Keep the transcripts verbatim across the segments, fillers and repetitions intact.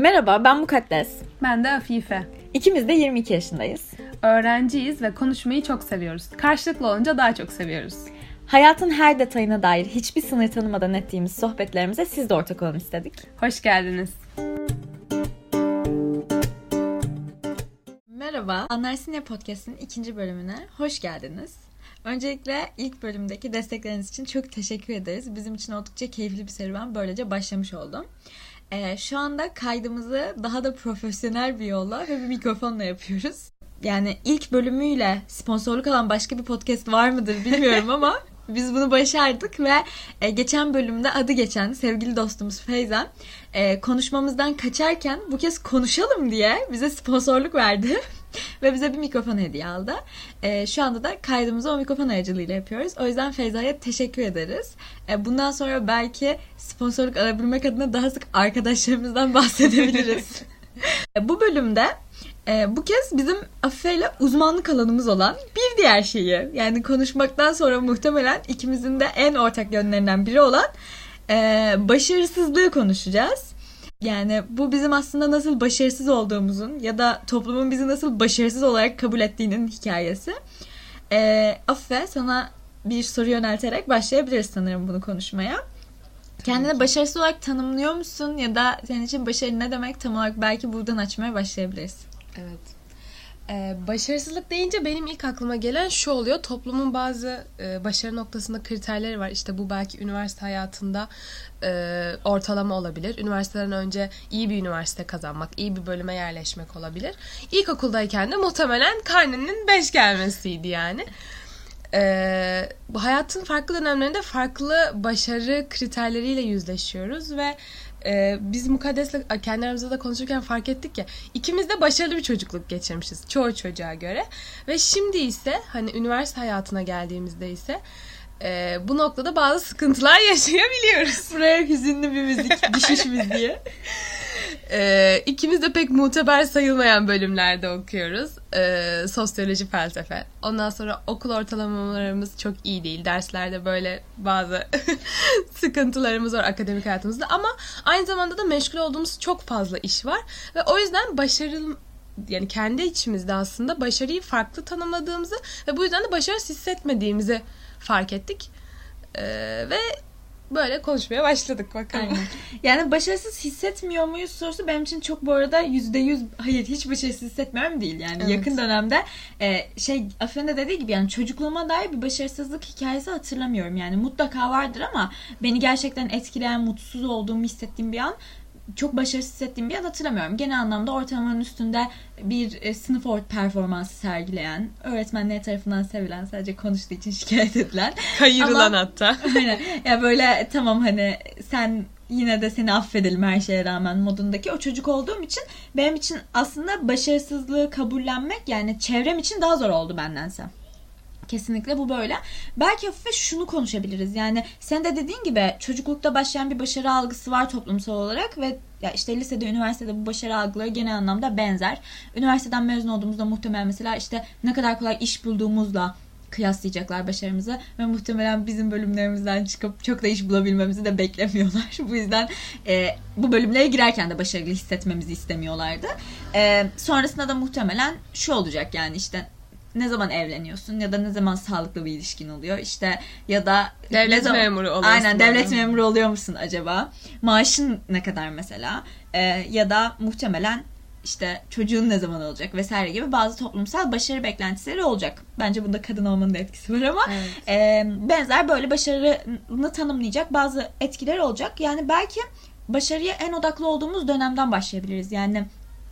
Merhaba, ben Mukaddes. Ben de Afife. İkimiz de yirmi iki yaşındayız. Öğrenciyiz ve konuşmayı çok seviyoruz. Karşılıklı olunca daha çok seviyoruz. Hayatın her detayına dair hiçbir sınır tanımadan ettiğimiz sohbetlerimize siz de ortak olun istedik. Hoş geldiniz. Merhaba, Anlarsın Ya Podcast'ın ikinci bölümüne hoş geldiniz. Öncelikle ilk bölümdeki destekleriniz için çok teşekkür ederiz. Bizim için oldukça keyifli bir serüven böylece başlamış oldum. Ee, şu anda kaydımızı daha da profesyonel bir yolla ve bir mikrofonla yapıyoruz. Yani ilk bölümüyle sponsorluk alan başka bir podcast var mıdır bilmiyorum ama biz bunu başardık ve e, geçen bölümde adı geçen sevgili dostumuz Feyza e, konuşmamızdan kaçarken bu kez konuşalım diye bize sponsorluk verdi ve bize bir mikrofon hediye aldı. E, şu anda da kaydımızı o mikrofon aracılığıyla yapıyoruz. O yüzden Feyza'ya teşekkür ederiz. E, bundan sonra belki sponsorluk alabilmek adına daha sık arkadaşlarımızdan bahsedebiliriz. e, bu bölümde Ee, bu kez bizim Afife ile uzmanlık alanımız olan bir diğer şeyi, yani konuşmaktan sonra muhtemelen ikimizin de en ortak yönlerinden biri olan e, başarısızlığı konuşacağız. Yani bu bizim aslında nasıl başarısız olduğumuzun ya da toplumun bizi nasıl başarısız olarak kabul ettiğinin hikayesi. Ee, Afife, sana bir soru yönelterek başlayabiliriz sanırım bunu konuşmaya. Kendini başarısız olarak tanımlıyor musun ya da senin için başarı ne demek tam olarak, belki buradan açmaya başlayabiliriz. Evet. Ee, başarısızlık deyince benim ilk aklıma gelen şu oluyor. Toplumun bazı e, başarı noktasında kriterleri var. İşte bu belki üniversite hayatında e, ortalama olabilir. Üniversiteden önce iyi bir üniversite kazanmak, iyi bir bölüme yerleşmek olabilir. İlkokuldayken de muhtemelen karnenin beş gelmesiydi yani. Ee, bu hayatın farklı dönemlerinde farklı başarı kriterleriyle yüzleşiyoruz ve e, biz Mukaddes'le kendi aramızda da konuşurken fark ettik ki ikimiz de başarılı bir çocukluk geçirmişiz çoğu çocuğa göre ve şimdi ise hani üniversite hayatına geldiğimizde ise e, bu noktada bazı sıkıntılar yaşayabiliyoruz. Buraya hüzünlü bir müzik, düşüş müziği. Ee, ikimiz de pek muteber sayılmayan bölümlerde okuyoruz. Ee, sosyoloji, felsefe. Ondan sonra okul ortalamalarımız çok iyi değil. Derslerde böyle bazı sıkıntılarımız var akademik hayatımızda. Ama aynı zamanda da meşgul olduğumuz çok fazla iş var. Ve o yüzden başarılı, yani kendi içimizde aslında başarıyı farklı tanımladığımızı ve bu yüzden de başarısız hissetmediğimizi fark ettik. Ee, ve böyle konuşmaya başladık bakalım. Aynen. Yani başarısız hissetmiyor muyuz sorusu benim için çok bu arada yüzde yüz hayır hiç başarısız hissetmiyorum değil. Yani evet. Yakın dönemde e, şey Afen'in de dediği gibi yani çocukluğuma dair bir başarısızlık hikayesi hatırlamıyorum. Yani mutlaka vardır ama beni gerçekten etkileyen, mutsuz olduğumu hissettiğim bir an, çok başarısız hissettiğim bir an hatırlamıyorum. Genel anlamda ortalamanın üstünde bir e, sınıf ort performansı sergileyen, öğretmenleri tarafından sevilen, sadece konuştuğu için şikayet edilen. Kayırılan ama, hatta. Aynen. Ya böyle tamam hani sen yine de seni affedelim her şeye rağmen modundaki o çocuk olduğum için benim için aslında başarısızlığı kabullenmek yani çevrem için daha zor oldu bendense. Kesinlikle bu böyle. Belki hafif şunu konuşabiliriz. Yani sen de dediğin gibi çocuklukta başlayan bir başarı algısı var toplumsal olarak ve ya işte lisede, üniversitede bu başarı algıları genel anlamda benzer. Üniversiteden mezun olduğumuzda muhtemelen mesela işte ne kadar kolay iş bulduğumuzla kıyaslayacaklar başarımızı ve muhtemelen bizim bölümlerimizden çıkıp çok da iş bulabilmemizi de beklemiyorlar. Bu yüzden e, bu bölümlere girerken de başarılı hissetmemizi istemiyorlardı. E, sonrasında da muhtemelen şu olacak yani işte ne zaman evleniyorsun ya da ne zaman sağlıklı bir ilişkin oluyor işte ya da devlet zaman, memuru oluyorsun. Aynen devlet yani. Memuru oluyor musun acaba? Maaşın ne kadar mesela? Ee, ya da muhtemelen işte çocuğun ne zaman olacak vesaire gibi bazı toplumsal başarı beklentileri olacak. Bence bunda kadın olmanın da etkisi var ama evet. e, benzer böyle başarını tanımlayacak bazı etkiler olacak. Yani belki başarıya en odaklı olduğumuz dönemden başlayabiliriz. Yani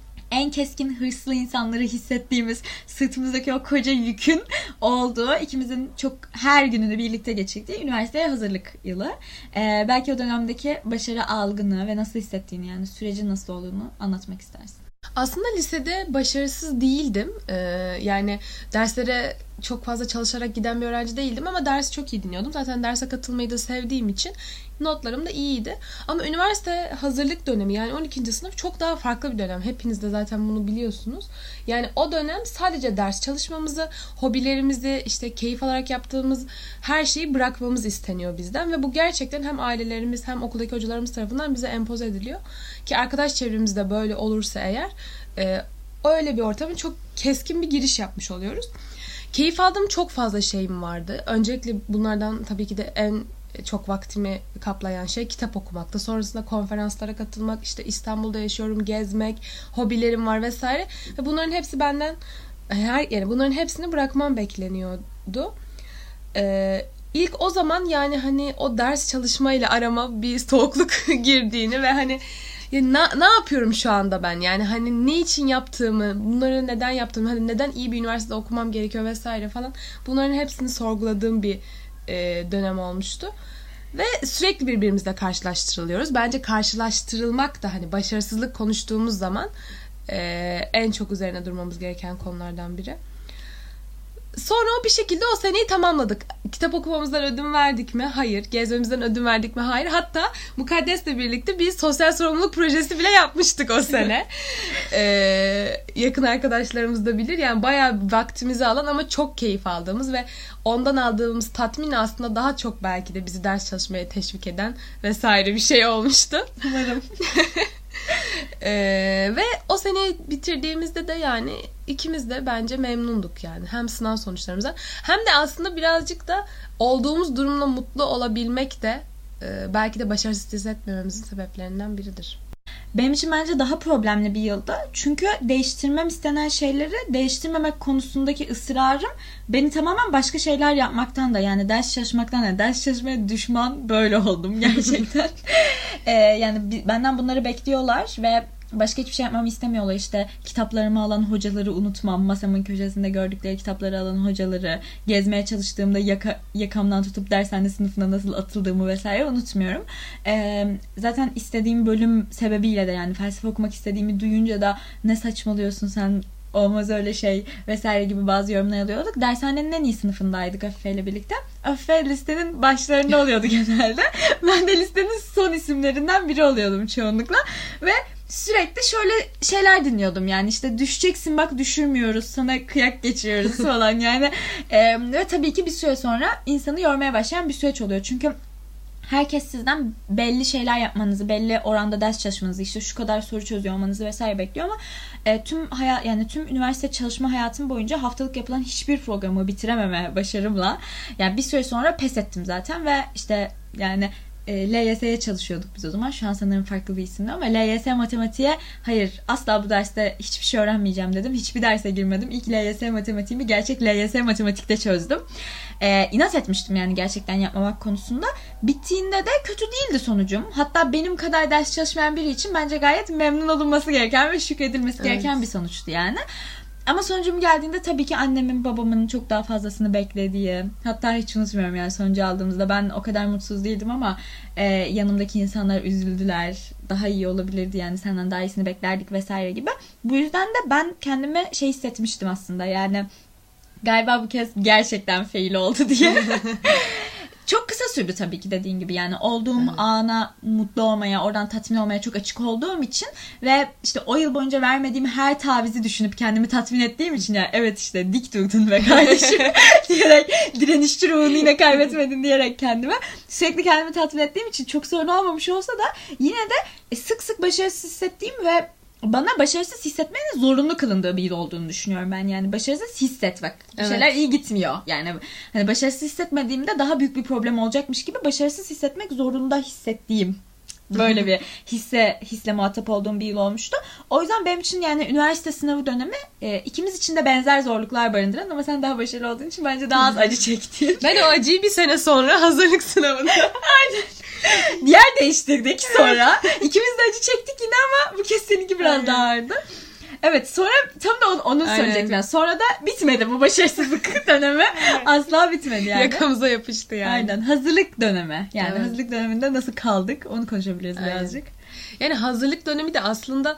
en keskin hırslı insanları hissettiğimiz, sırtımızdaki o koca yükün olduğu, ikimizin çok her gününü birlikte geçirdiği üniversiteye hazırlık yılı. Ee, belki o dönemdeki başarı algını ve nasıl hissettiğini, yani sürecin nasıl olduğunu anlatmak istersin. Aslında lisede başarısız değildim. Ee, yani derslere çok fazla çalışarak giden bir öğrenci değildim ama dersi çok iyi dinliyordum. Zaten derse katılmayı da sevdiğim için notlarım da iyiydi. Ama üniversite hazırlık dönemi, yani on ikinci sınıf çok daha farklı bir dönem. Hepiniz de zaten bunu biliyorsunuz. Yani o dönem sadece ders çalışmamızı, hobilerimizi, işte keyif alarak yaptığımız her şeyi bırakmamız isteniyor bizden. Ve bu gerçekten hem ailelerimiz hem okuldaki hocalarımız tarafından bize empoze ediliyor. Ki arkadaş çevremizde böyle olursa eğer e, öyle bir ortamın çok keskin bir giriş yapmış oluyoruz. Keyif aldığım çok fazla şeyim vardı. Öncelikle bunlardan tabii ki de en çok vaktimi kaplayan şey kitap okumaktı. Sonrasında konferanslara katılmak, işte İstanbul'da yaşıyorum, gezmek, hobilerim var vesaire. Ve bunların hepsi benden, her yani bunların hepsini bırakmam bekleniyordu. Ee, ilk o zaman yani hani o ders çalışmayla arama bir soğukluk girdiğini ve hani ya ne, ne yapıyorum şu anda ben? Yani hani ne için yaptığımı, bunları neden yaptığımı, hani neden iyi bir üniversitede okumam gerekiyor vesaire falan. Bunların hepsini sorguladığım bir e, dönem olmuştu. Ve sürekli birbirimizle karşılaştırılıyoruz. Bence karşılaştırılmak da hani başarısızlık konuştuğumuz zaman e, en çok üzerine durmamız gereken konulardan biri. Sonra o bir şekilde o seneyi tamamladık. Kitap okumamızdan ödün verdik mi? Hayır. Gezmemizden ödün verdik mi? Hayır. Hatta Mukaddes'le birlikte bir sosyal sorumluluk projesi bile yapmıştık o sene. ee, yakın arkadaşlarımız da bilir. Yani bayağı vaktimizi alan ama çok keyif aldığımız ve ondan aldığımız tatmin aslında daha çok belki de bizi ders çalışmaya teşvik eden vesaire bir şey olmuştu. Umarım. Ee, ve o seneyi bitirdiğimizde de yani ikimiz de bence memnunduk yani. Hem sınav sonuçlarımızdan hem de aslında birazcık da olduğumuz durumla mutlu olabilmek de e, belki de başarısız hissetmememizin sebeplerinden biridir. Benim için bence daha problemli bir yıldı. Çünkü değiştirmem istenen şeyleri değiştirmemek konusundaki ısrarım beni tamamen başka şeyler yapmaktan da, yani ders çalışmaktan da, ders çalışmaya düşman böyle oldum gerçekten. ee, yani benden bunları bekliyorlar ve başka hiçbir şey yapmamı istemiyorlar. İşte kitaplarımı alan hocaları unutmam, masamın köşesinde gördükleri kitapları alan hocaları, gezmeye çalıştığımda yaka, yakamdan tutup dershane sınıfına nasıl atıldığımı vesaire unutmuyorum. Ee, zaten istediğim bölüm sebebiyle de, yani felsefe okumak istediğimi duyunca da ne saçmalıyorsun sen, olmaz öyle şey vesaire gibi bazı yorumlar alıyorduk. Dershanenin en iyi sınıfındaydık Afife ile birlikte. Afife listenin başlarında oluyordu genelde. Ben de listenin son isimlerinden biri oluyordum çoğunlukla. Ve sürekli şöyle şeyler dinliyordum, yani işte düşeceksin bak düşürmüyoruz, sana kıyak geçiyoruz falan yani. Ee, ve tabii ki bir süre sonra insanı yormaya başlayan bir süreç oluyor. Çünkü herkes sizden belli şeyler yapmanızı, belli oranda ders çalışmanızı, işte şu kadar soru çözüyor olmanızı vesaire bekliyor ama e, tüm hayat, yani tüm üniversite çalışma hayatım boyunca haftalık yapılan hiçbir programı bitirememe başarımla yani bir süre sonra pes ettim zaten ve işte yani L Y S'ye çalışıyorduk biz o zaman. Şu an sanırım farklı bir isimde ama L Y S matematiğe hayır asla bu derste hiçbir şey öğrenmeyeceğim dedim. Hiçbir derse girmedim. İlk L Y S matematiğimi gerçek L Y S matematikte çözdüm. Ee, inat etmiştim yani gerçekten yapmamak konusunda. Bittiğinde de kötü değildi sonucum. Hatta benim kadar ders çalışmayan biri için bence gayet memnun olunması gereken ve şükredilmesi gereken evet. bir sonuçtu yani. Ama sonucum geldiğinde tabii ki annemin babamın çok daha fazlasını beklediği, hatta hiç unutmuyorum yani sonucu aldığımızda ben o kadar mutsuz değildim ama e, yanımdaki insanlar üzüldüler, daha iyi olabilirdi yani senden daha iyisini beklerdik vesaire gibi. Bu yüzden de ben kendime şey hissetmiştim aslında, yani galiba bu kez gerçekten fail oldu diye. Çok kısa sürdü tabii ki dediğin gibi, yani olduğum evet. ana mutlu olmaya, oradan tatmin olmaya çok açık olduğum için ve işte o yıl boyunca vermediğim her tavizi düşünüp kendimi tatmin ettiğim için ya evet işte dik durdun be kardeşim diyerek, direnişçi ruhunu yine kaybetmedin diyerek kendime sürekli kendimi tatmin ettiğim için çok sorun olmamış olsa da yine de sık sık başarısız hissettiğim ve bana başarısız hissetmenin zorunlu kılındığı bir yıl olduğunu düşünüyorum ben. Yani başarısız hissetmek. Bir şeyler evet. iyi gitmiyor. Yani hani başarısız hissetmediğimde daha büyük bir problem olacakmış gibi başarısız hissetmek zorunda hissettiğim böyle bir hisse hisle muhatap olduğum bir yıl olmuştu. O yüzden benim için yani üniversite sınavı dönemi e, ikimiz için de benzer zorluklar barındıran ama sen daha başarılı olduğun için bence daha az acı çektin. Ben o acıyı bir sene sonra hazırlık sınavında. Aynen. Yer değiştirdik sonra. İkimiz de acı çektik yine ama bu kez seninki biraz Aynen. daha ağırdı. Evet, sonra tam da onu, onu söyleyecektim. Yani. Sonra da bitmedi bu başarısızlık dönemi. Asla bitmedi yani. Yakamıza yapıştı yani. Aynen. Hazırlık dönemi. Yani evet. hazırlık döneminde nasıl kaldık onu konuşabiliriz Aynen. birazcık. Yani hazırlık dönemi de aslında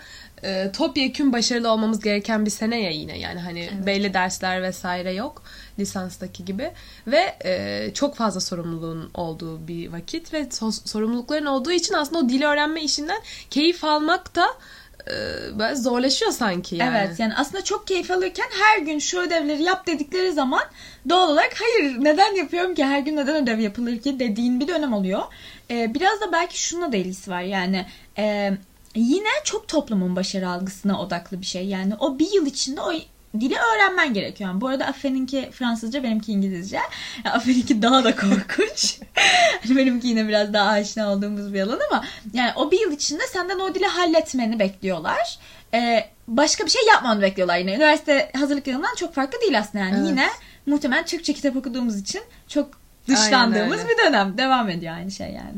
e, topyekün başarılı olmamız gereken bir sene ya yine. Yani hani evet. belli dersler vesaire yok lisanstaki gibi ve e, çok fazla sorumluluğun olduğu bir vakit ve so- sorumlulukların olduğu için aslında o dil öğrenme işinden keyif almak da böyle zorlaşıyor sanki yani. Evet, yani aslında çok keyif alırken her gün şu ödevleri yap dedikleri zaman doğal olarak hayır neden yapıyorum ki, her gün neden ödev yapılır ki dediğin bir dönem oluyor. Ee, biraz da belki şununla da ilgisi var yani e, yine çok toplumun başarı algısına odaklı bir şey. Yani o bir yıl içinde o dili öğrenmen gerekiyor. Yani bu arada Afe'ninki Fransızca, benimki İngilizce. Yani Afe'ninki daha da korkunç. Benimki yine biraz daha aşina olduğumuz bir alan ama yani o bir yıl içinde senden o dili halletmeni bekliyorlar. Ee, başka bir şey yapmanı bekliyorlar yine. Üniversite hazırlık yılından çok farklı değil aslında yani. Evet. Yine muhtemelen Türkçe kitap okuduğumuz için çok dışlandığımız bir dönem. Devam ediyor aynı şey yani.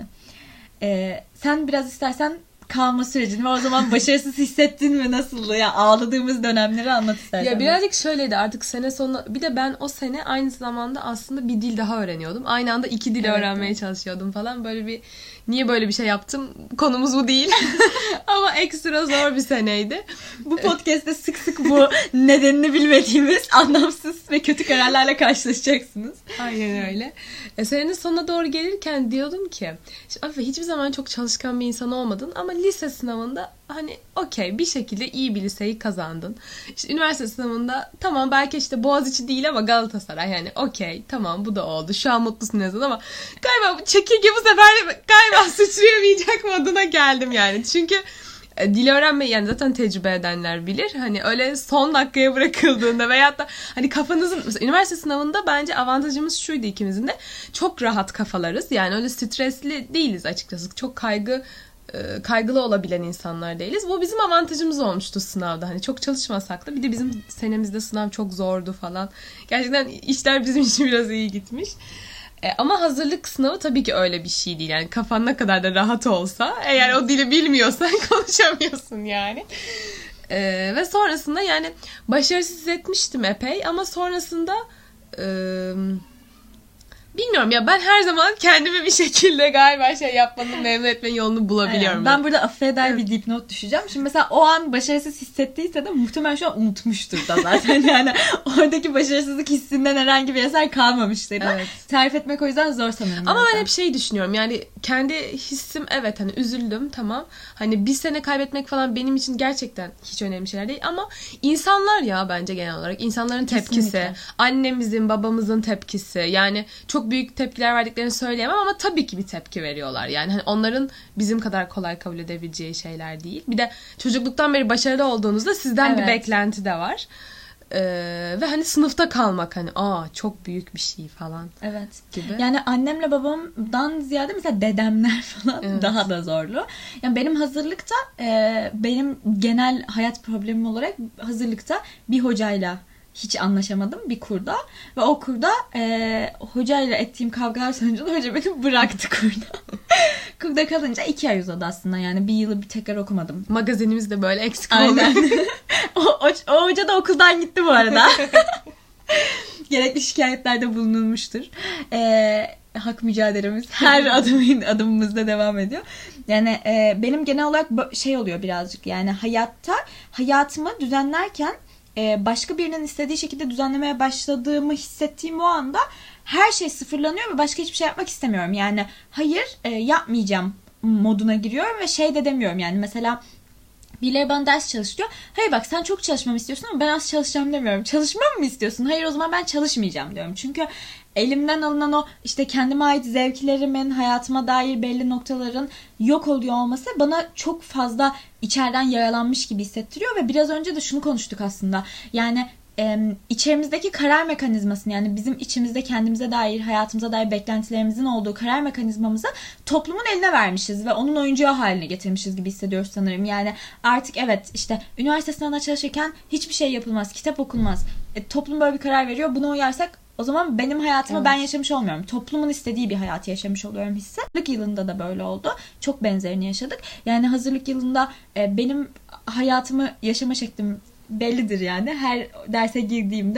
Ee, sen biraz istersen kalma sürecini ve o zaman başarısız hissettin mi, nasıldı ya, ağladığımız dönemleri anlat istersen. Ya birazcık şöyleydi artık sene sonu, bir de ben o sene aynı zamanda aslında bir dil daha öğreniyordum. Aynı anda iki dil evet, öğrenmeye evet. çalışıyordum falan. Böyle bir niye böyle bir şey yaptım? Konumuz bu değil. Ama ekstra zor bir seneydi. Bu podcast'te sık sık bu nedenini bilmediğimiz anlamsız ve kötü kararlarla karşılaşacaksınız. Aynen öyle. E, senenin sonuna doğru gelirken diyordum ki Afe hiçbir zaman çok çalışkan bir insan olmadın ama lise sınavında hani okey bir şekilde iyi bir liseyi kazandın. İşte üniversite sınavında tamam belki işte Boğaziçi değil ama Galatasaray, yani okey tamam bu da oldu. Şu an mutlusun yazın ama galiba bu çekirge bu sefer galiba sıçrayamayacak moduna geldim yani. Çünkü e, dil öğrenmeyi yani zaten tecrübe edenler bilir. Hani öyle son dakikaya bırakıldığında veyahut da hani kafanızın mesela üniversite sınavında bence avantajımız şuydu ikimizin de, çok rahat kafalarız. Yani öyle stresli değiliz açıkçası. Çok kaygı kaygılı olabilen insanlar değiliz. Bu bizim avantajımız olmuştu sınavda. Hani çok çalışmasak da, bir de bizim senemizde sınav çok zordu falan. Gerçekten işler bizim için biraz iyi gitmiş. E, ama hazırlık sınavı tabii ki öyle bir şey değil. Yani kafan ne kadar da rahat olsa, eğer o dili bilmiyorsan konuşamıyorsun yani. E, ve sonrasında yani başarısız hissetmiştim epey ama sonrasında e, bilmiyorum ya, ben her zaman kendimi bir şekilde galiba şey yapmanın, memnun etmenin yolunu bulabiliyorum. Evet, ben burada affeder bir dipnot düşeceğim. Şimdi mesela o an başarısız hissettiyse de muhtemelen şu an unutmuştur da zaten. Yani oradaki başarısızlık hissinden herhangi bir eser kalmamıştır. Evet. Tarif etmek o yüzden zor sanırım. Ama ben hep şey düşünüyorum yani kendi hissim, evet hani üzüldüm tamam. Hani bir sene kaybetmek falan benim için gerçekten hiç önemli şeyler değil. Ama insanlar ya bence genel olarak insanların tepkisi, kesinlikle. Annemizin, babamızın tepkisi, yani çok büyük tepkiler verdiklerini söyleyemem ama tabii ki bir tepki veriyorlar. Yani hani onların bizim kadar kolay kabul edebileceği şeyler değil. Bir de çocukluktan beri başarılı olduğunuzda sizden evet. bir beklenti de var. Ee, ve hani sınıfta kalmak hani aa çok büyük bir şey falan. Evet. Gibi. Yani annemle babamdan ziyade mesela dedemler falan evet. daha da zorlu. Yani benim hazırlıkta e, benim genel hayat problemim olarak hazırlıkta bir hocayla hiç anlaşamadım bir kurda ve o kurda e, hocayla ettiğim kavgalar sonucunda hoca beni bıraktı kurda. Kurda kalınca iki ay uzadı aslında, yani bir yılı bir tekrar okumadım. Magazinimiz de böyle eksik oldu. Aynen. o, o, o hoca da okuldan gitti bu arada. Gerekli şikayetlerde bulunulmuştur. E, hak mücadelemiz her adım, adımımızda devam ediyor. Yani e, benim genel olarak şey oluyor birazcık, yani hayatta hayatımı düzenlerken başka birinin istediği şekilde düzenlemeye başladığımı hissettiğim o anda her şey sıfırlanıyor ve başka hiçbir şey yapmak istemiyorum. Yani hayır yapmayacağım moduna giriyorum ve şey de demiyorum yani mesela birileri bana ders çalıştırıyor. Hayır bak sen çok çalışmamı istiyorsun ama ben az çalışacağım demiyorum. Çalışmamı mı istiyorsun? Hayır o zaman ben çalışmayacağım diyorum. Çünkü elimden alınan o işte kendime ait zevklerimin, hayatıma dair belli noktaların yok oluyor olması bana çok fazla içeriden yaralanmış gibi hissettiriyor ve biraz önce de şunu konuştuk aslında. Yani e, içerimizdeki karar mekanizmasını, yani bizim içimizde kendimize dair, hayatımıza dair beklentilerimizin olduğu karar mekanizmamızı toplumun eline vermişiz ve onun oyuncağı haline getirmişiz gibi hissediyoruz sanırım. Yani artık evet işte üniversite sınavına çalışırken hiçbir şey yapılmaz, kitap okunmaz. E, toplum böyle bir karar veriyor, buna uyarsak o zaman benim hayatımı evet. ben yaşamış olmuyorum. Toplumun istediği bir hayatı yaşamış oluyorum hissi. Hazırlık yılında da böyle oldu. Çok benzerini yaşadık. Yani hazırlık yılında e, benim hayatımı yaşama şeklim bellidir yani. Her derse girdiğimde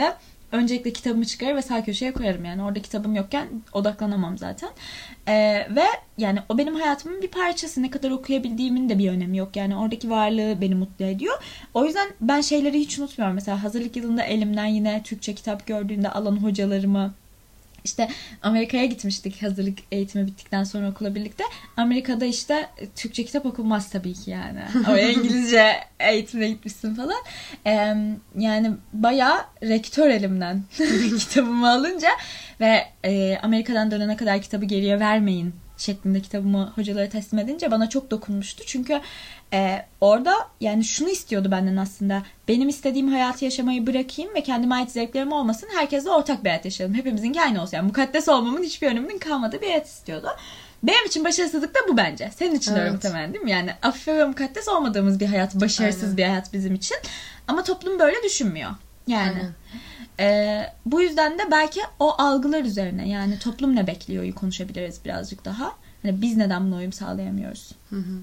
öncelikle kitabımı çıkarır ve sağ köşeye koyarım. Yani orada kitabım yokken odaklanamam zaten. Ee, ve yani o benim hayatımın bir parçası. Ne kadar okuyabildiğimin de bir önemi yok. Yani oradaki varlığı beni mutlu ediyor. O yüzden ben şeyleri hiç unutmuyorum. Mesela hazırlık yılında elimden yine Türkçe kitap gördüğünde alan hocalarımı, İşte Amerika'ya gitmiştik hazırlık eğitimi bittikten sonra okula birlikte. Amerika'da işte Türkçe kitap okunmaz tabii ki yani. Oraya İngilizce eğitimine gitmişsin falan. Ee, yani bayağı rektör elimden kitabımı alınca ve e, Amerika'dan dönene kadar kitabı geriye vermeyin şeklinde kitabımı hocalara teslim edince bana çok dokunmuştu. Çünkü e, orada yani şunu istiyordu benden aslında. Benim istediğim hayatı yaşamayı bırakayım ve kendime ait zevklerim olmasın. Herkesle ortak bir hayat yaşayalım. Hepimizinki aynı olsun. Yani mukaddes olmamın hiçbir öneminin kalmadığı bir hayat istiyordu. Benim için başarısızlık da bu bence. Senin için de öyle muhtemelen değil mi? Yani afife ve mukaddes olmadığımız bir hayat, başarısız Aynen. bir hayat bizim için. Ama toplum böyle düşünmüyor. Yani e, bu yüzden de belki o algılar üzerine, yani toplum ne bekliyor'yu konuşabiliriz birazcık daha. Hani biz neden buna uyum sağlayamıyoruz? Hı hı.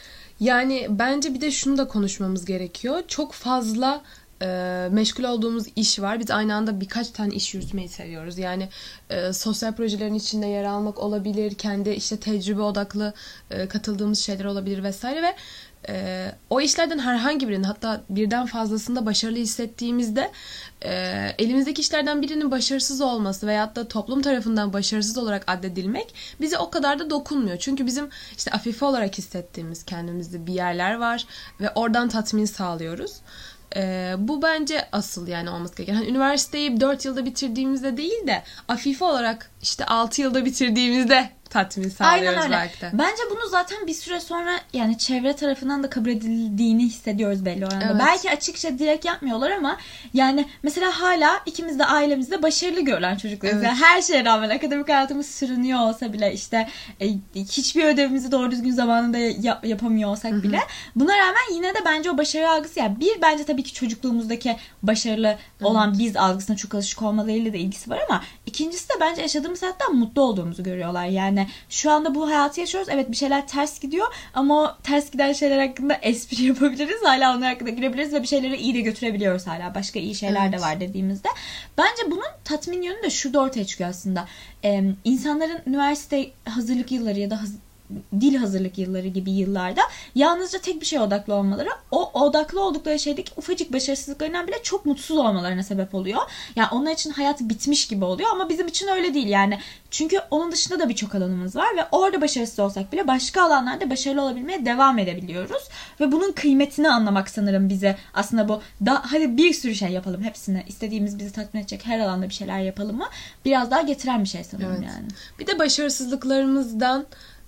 Yani bence bir de şunu da konuşmamız gerekiyor. Çok fazla e, meşgul olduğumuz iş var. Biz aynı anda birkaç tane iş yürütmeyi seviyoruz. Yani e, sosyal projelerin içinde yer almak olabilir. Kendi işte tecrübe odaklı e, katıldığımız şeyler olabilir vesaire ve e, o işlerden herhangi birinin, hatta birden fazlasında başarılı hissettiğimizde e, elimizdeki işlerden birinin başarısız olması veyahut da toplum tarafından başarısız olarak addedilmek bize o kadar da dokunmuyor. Çünkü bizim işte afife olarak hissettiğimiz kendimizde bir yerler var ve oradan tatmin sağlıyoruz. Ee, bu bence asıl yani olması gereken. Yani üniversiteyi dört yılda bitirdiğimizde değil de afife olarak işte altı yılda bitirdiğimizde tatmin sağlıyoruz belki de. Bence bunu zaten bir süre sonra yani çevre tarafından da kabul edildiğini hissediyoruz belli oranda. Evet. Belki açıkça direkt yapmıyorlar ama yani mesela hala ikimiz de ailemizde başarılı görülen çocuklarız. Evet. Yani her şeye rağmen akademik hayatımız sürünüyor olsa bile işte e, hiçbir ödevimizi doğru düzgün zamanında yap, yapamıyor olsak Hı-hı. bile buna rağmen yine de bence o başarı algısı, yani bir bence tabii ki çocukluğumuzdaki başarılı olan evet. biz algısına çok alışık olmalarıyla da ilgisi var ama ikincisi de bence yaşadığımız hayattan mutlu olduğumuzu görüyorlar. Yani şu anda bu hayatı yaşıyoruz. Evet, bir şeyler ters gidiyor ama o ters giden şeyler hakkında espri yapabiliriz. Hala onlar hakkında gülebiliriz ve bir şeyleri iyi de götürebiliyoruz hala. Başka iyi şeyler evet. de var dediğimizde. Bence bunun tatmin yönü de şurada ortaya çıkıyor aslında. Ee, insanların üniversite hazırlık yılları ya da haz- dil hazırlık yılları gibi yıllarda yalnızca tek bir şeye odaklı olmaları, o odaklı oldukları şeydeki ufacık başarısızlıklarından bile çok mutsuz olmalarına sebep oluyor. Yani onlar için hayatı bitmiş gibi oluyor ama bizim için öyle değil yani. Çünkü onun dışında da birçok alanımız var ve orada başarısız olsak bile başka alanlarda başarılı olabilmeye devam edebiliyoruz. Ve bunun kıymetini anlamak sanırım bize aslında bu da, hadi bir sürü şey yapalım, hepsini istediğimiz, bizi tatmin edecek her alanda bir şeyler yapalım mı biraz daha getiren bir şey sanırım evet. yani. Bir de başarısızlıklarımızdan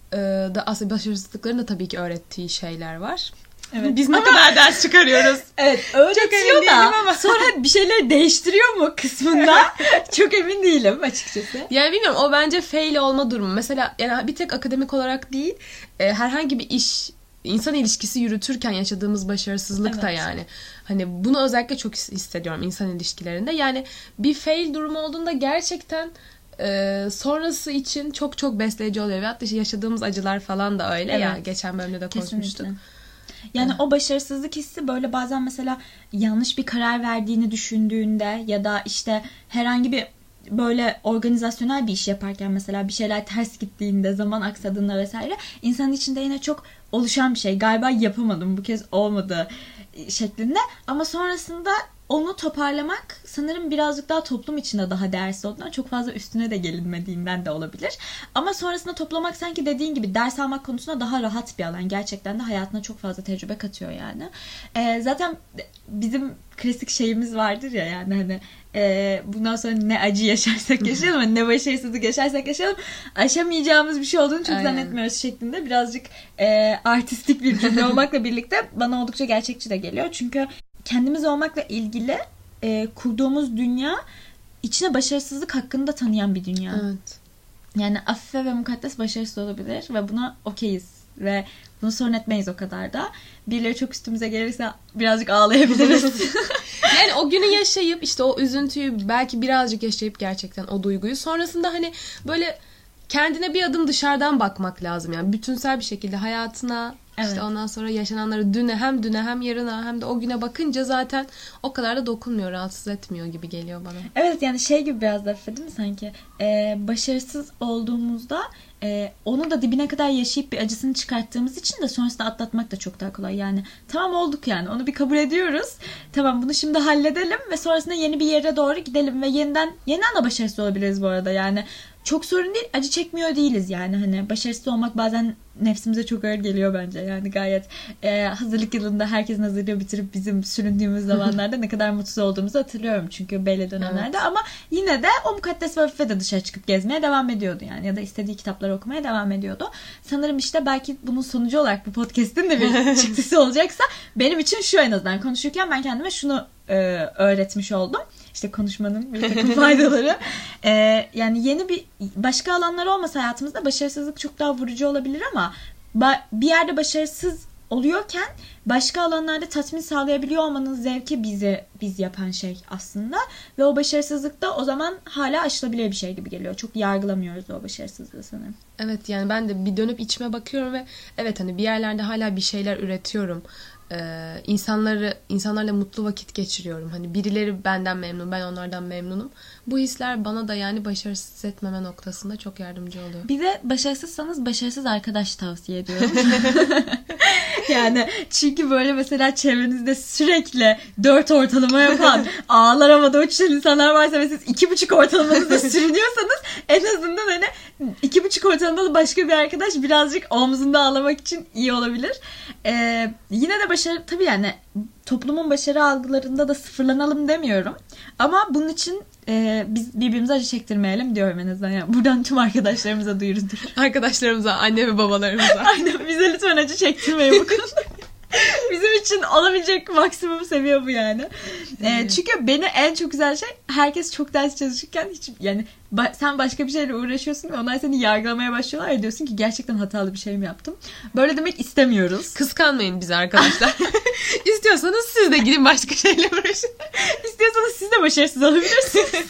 da aslında başarısızlıkların da tabii ki öğrettiği şeyler var. Evet. Biz ne ama kadar ders çıkarıyoruz. Evet, öğretiyor da ama sonra bir şeyleri değiştiriyor mu kısmında çok emin değilim açıkçası. Yani bilmiyorum, o bence fail olma durumu. Mesela yani bir tek akademik olarak değil, e, herhangi bir iş, insan ilişkisi yürütürken yaşadığımız başarısızlık evet. da yani. Hani bunu özellikle çok hissediyorum insan ilişkilerinde. Yani bir fail durumu olduğunda gerçekten Ee, sonrası için çok çok besleyici oluyor. Ve hatta yaşadığımız acılar falan da öyle evet. ya. Geçen bölümde de konuşmuştuk. Kesinlikle. Yani evet. o başarısızlık hissi böyle bazen mesela yanlış bir karar verdiğini düşündüğünde ya da işte herhangi bir böyle organizasyonel bir iş yaparken mesela bir şeyler ters gittiğinde, zaman aksadığında vesaire insanın içinde yine çok oluşan bir şey. Galiba yapamadım, bu kez olmadı şeklinde ama sonrasında onu toparlamak sanırım birazcık daha toplum içinde daha değersiz olduğundan çok fazla üstüne de gelinmediğinden de olabilir. Ama sonrasında toplamak sanki dediğin gibi ders almak konusunda daha rahat bir alan. Gerçekten de hayatına çok fazla tecrübe katıyor yani. Ee, zaten bizim klasik şeyimiz vardır ya yani hani e, bundan sonra ne acı yaşarsak yaşayalım, ne başarısızlık yaşarsak yaşayalım, aşamayacağımız bir şey olduğunu çok Aynen. zannetmiyoruz şeklinde birazcık e, artistik bir cümle olmakla birlikte bana oldukça gerçekçi de geliyor. Çünkü kendimiz olmakla ilgili e, kurduğumuz dünya içine başarısızlık hakkını da tanıyan bir dünya. Evet. Yani afife ve mukaddes başarısız olabilir ve buna okeyiz ve bunu sorun etmeyiz o kadar da. Birileri çok üstümüze gelirse birazcık ağlayabiliriz. Yani o günü yaşayıp işte o üzüntüyü belki birazcık yaşayıp gerçekten o duyguyu sonrasında hani böyle kendine bir adım dışarıdan bakmak lazım. Yani bütünsel bir şekilde hayatına, Evet. İşte ondan sonra yaşananları düne hem düne hem yarına hem de o güne bakınca zaten o kadar da dokunmuyor, rahatsız etmiyor gibi geliyor bana. Evet, yani şey gibi biraz da değil mi sanki? Ee, başarısız olduğumuzda e, onu da dibine kadar yaşayıp bir acısını çıkarttığımız için de sonrasında atlatmak da çok daha kolay. Yani tamam, olduk yani. Onu bir kabul ediyoruz. Tamam, bunu şimdi halledelim ve sonrasında yeni bir yere doğru gidelim ve yeniden yeniden de başarısız olabiliriz bu arada. Yani çok sorun değil. Acı çekmiyor değiliz yani. Hani başarısız olmak bazen nefsimize çok ağır geliyor bence. Yani gayet e, hazırlık yılında herkesin hazırlığı bitirip bizim süründüğümüz zamanlarda ne kadar mutsuz olduğumuzu hatırlıyorum. Çünkü belli dönemlerde. Evet. Ama yine de o mukaddes vazife de dışarı çıkıp gezmeye devam ediyordu yani. Ya da istediği kitapları okumaya devam ediyordu. Sanırım işte belki bunun sonucu olarak bu podcast'in de bir çıktısı olacaksa benim için şu, en azından konuşurken ben kendime şunu e, öğretmiş oldum. İşte konuşmanın bir takım faydaları. Ee, yani yeni bir başka alanlar olmasa hayatımızda başarısızlık çok daha vurucu olabilir ama ba- bir yerde başarısız oluyorken başka alanlarda tatmin sağlayabiliyor olmanın zevki bizi biz yapan şey aslında. Ve o başarısızlık da o zaman hala aşılabilir bir şey gibi geliyor. Çok yargılamıyoruz o başarısızlığı sanırım. Evet, yani ben de bir dönüp içime bakıyorum ve evet, hani bir yerlerde hala bir şeyler üretiyorum. Ee, insanları insanlarla mutlu vakit geçiriyorum. Hani birileri benden memnun, ben onlardan memnunum. Bu hisler bana da yani başarısız hissetmeme noktasında çok yardımcı oluyor. Bir de başarısızsanız başarısız arkadaş tavsiye ediyorum. Yani çünkü böyle mesela çevrenizde sürekli dört ortalama yapan, ağlar havada uçuşan insanlar varsa ve siz iki buçuk ortalamanızda sürünüyorsanız en azından hani iki buçuk ortalamalı başka bir arkadaş birazcık omzunda ağlamak için iyi olabilir. Ee, yine de başarı tabii, yani toplumun başarı algılarında da sıfırlanalım demiyorum. Ama bunun için e, biz birbirimize acı çektirmeyelim diyorum en azından. Yani buradan tüm arkadaşlarımıza duyurudur. Arkadaşlarımıza, anne ve babalarımıza. Aynen, bize lütfen acı çektirmeyin bu konuda. Bizim için olabilecek maksimum seviye bu yani. E, çünkü beni en çok güzel şey, herkes çok ders çalışırken hiç yani ba- sen başka bir şeyle uğraşıyorsun ve onlar seni yargılamaya başlıyorlar ya, diyorsun ki gerçekten hatalı bir şey mi yaptım? Böyle demek istemiyoruz. Kıskanmayın bizi arkadaşlar. İstiyorsanız siz de gidin başka şeyle uğraşın. İstiyorsanız siz de başarısız olabilirsiniz.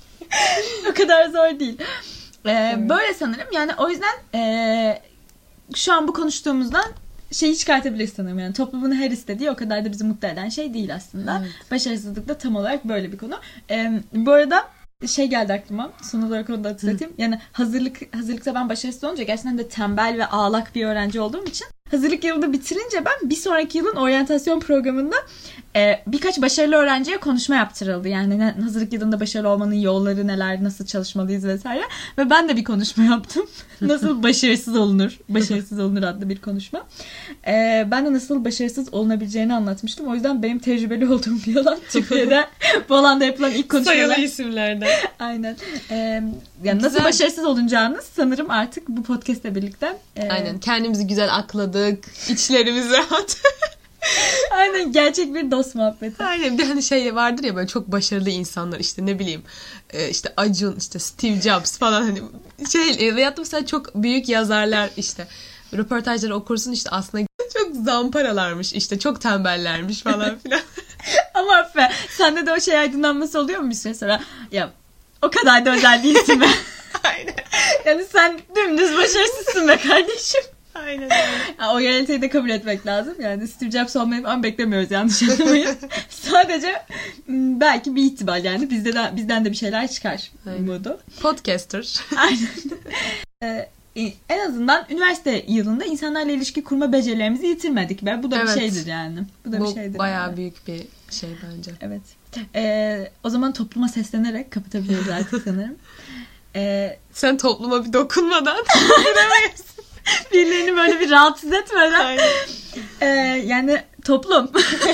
O kadar zor değil. Ee, evet. Böyle sanırım. Yani o yüzden e, şu an bu konuştuğumuzdan şeyi çıkartabiliriz sanırım. Yani toplumun her istediği o kadar da bizi mutlu eden şey değil aslında. Evet. Başarısızlık da tam olarak böyle bir konu. Ee, bu arada şey geldi aklıma. Son olarak onu da hatırlatayım. Hı. Yani hazırlık hazırlıkta ben başarısız olunca gerçekten de tembel ve ağlak bir öğrenci olduğum için hazırlık yılında bitirince ben bir sonraki yılın oryantasyon programında e, birkaç başarılı öğrenciye konuşma yaptırıldı. Yani ne, hazırlık yılında başarılı olmanın yolları neler, nasıl çalışmalıyız vesaire. Ve ben de bir konuşma yaptım. Nasıl başarısız olunur? Başarısız olunur adlı bir konuşma. E, ben de nasıl başarısız olunabileceğini anlatmıştım. O yüzden benim tecrübeli olduğum bir alan. Türkiye'de bu alanda yapılan ilk konuşmalar. Sayılı isimlerden. Aynen. E, yani nasıl güzel. Başarısız olunacağınız sanırım artık bu podcast'le birlikte. E, Aynen. Kendimizi güzel akladık. İçlerimiz rahat. Aynen, gerçek bir dost muhabbeti. Aynen, bir hani şey vardır ya, böyle çok başarılı insanlar, işte ne bileyim işte Acun, işte Steve Jobs falan, hani şey veyahut da mesela çok büyük yazarlar, işte röportajları okursun, işte aslında çok zamparalarmış, işte çok tembellermiş falan filan. Ama be, sende de o şey aydınlanması oluyor mu bir süre sonra? Ya o kadar da özel değilsin be. Aynen. Yani sen dümdüz başarısızsın be kardeşim. Aynen öyle. O realiteyi de kabul etmek lazım. Yani Steve Jobs olmayı falan beklemiyoruz, yanlış anlamayın. Sadece belki bir ihtimal, yani bizde de, bizden de bir şeyler çıkar. Umudu. Podcaster. Aynen. Ee, en azından üniversite yılında insanlarla ilişki kurma becerilerimizi yitirmedik be. Bu da evet. bir şeydir yani. Bu da Bu bir şeydir. Bayağı yani. büyük bir şey bence. Evet. Ee, o zaman topluma seslenerek kapatabiliriz artık sanırım. Ee, Sen topluma bir dokunmadan bilemeyiz. Birilerini böyle bir rahatsız etmeden. Ee, yani toplum.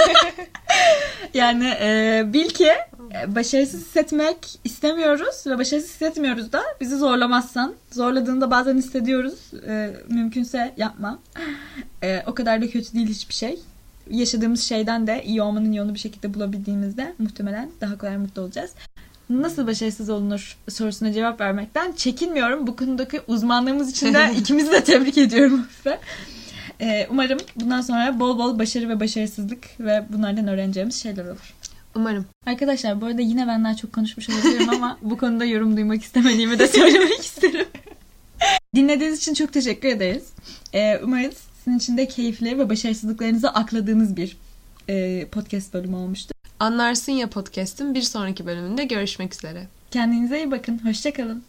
yani e, bil ki başarısız hissetmek istemiyoruz ve başarısız hissetmiyoruz da bizi zorlamazsan. Zorladığında bazen hissediyoruz. E, mümkünse yapma. E, o kadar da kötü değil hiçbir şey. Yaşadığımız şeyden de iyi olmanın yolunu bir şekilde bulabildiğimizde muhtemelen daha kolay mutlu olacağız. Nasıl başarısız olunur sorusuna cevap vermekten çekinmiyorum. Bu konudaki uzmanlığımız için de ikimizi de tebrik ediyorum. Ee, umarım bundan sonra bol bol başarı ve başarısızlık ve bunlardan öğreneceğimiz şeyler olur. Umarım. Arkadaşlar bu arada yine ben daha çok konuşmuş olabilirim ama bu konuda yorum duymak istemediğimi de söylemek isterim. Dinlediğiniz için çok teşekkür ederiz. Ee, umarız podcast'in içinde keyifleri ve başarısızlıklarınızı akladığınız bir e, podcast bölümü olmuştu. Anlarsın ya podcast'in bir sonraki bölümünde görüşmek üzere. Kendinize iyi bakın. Hoşça kalın.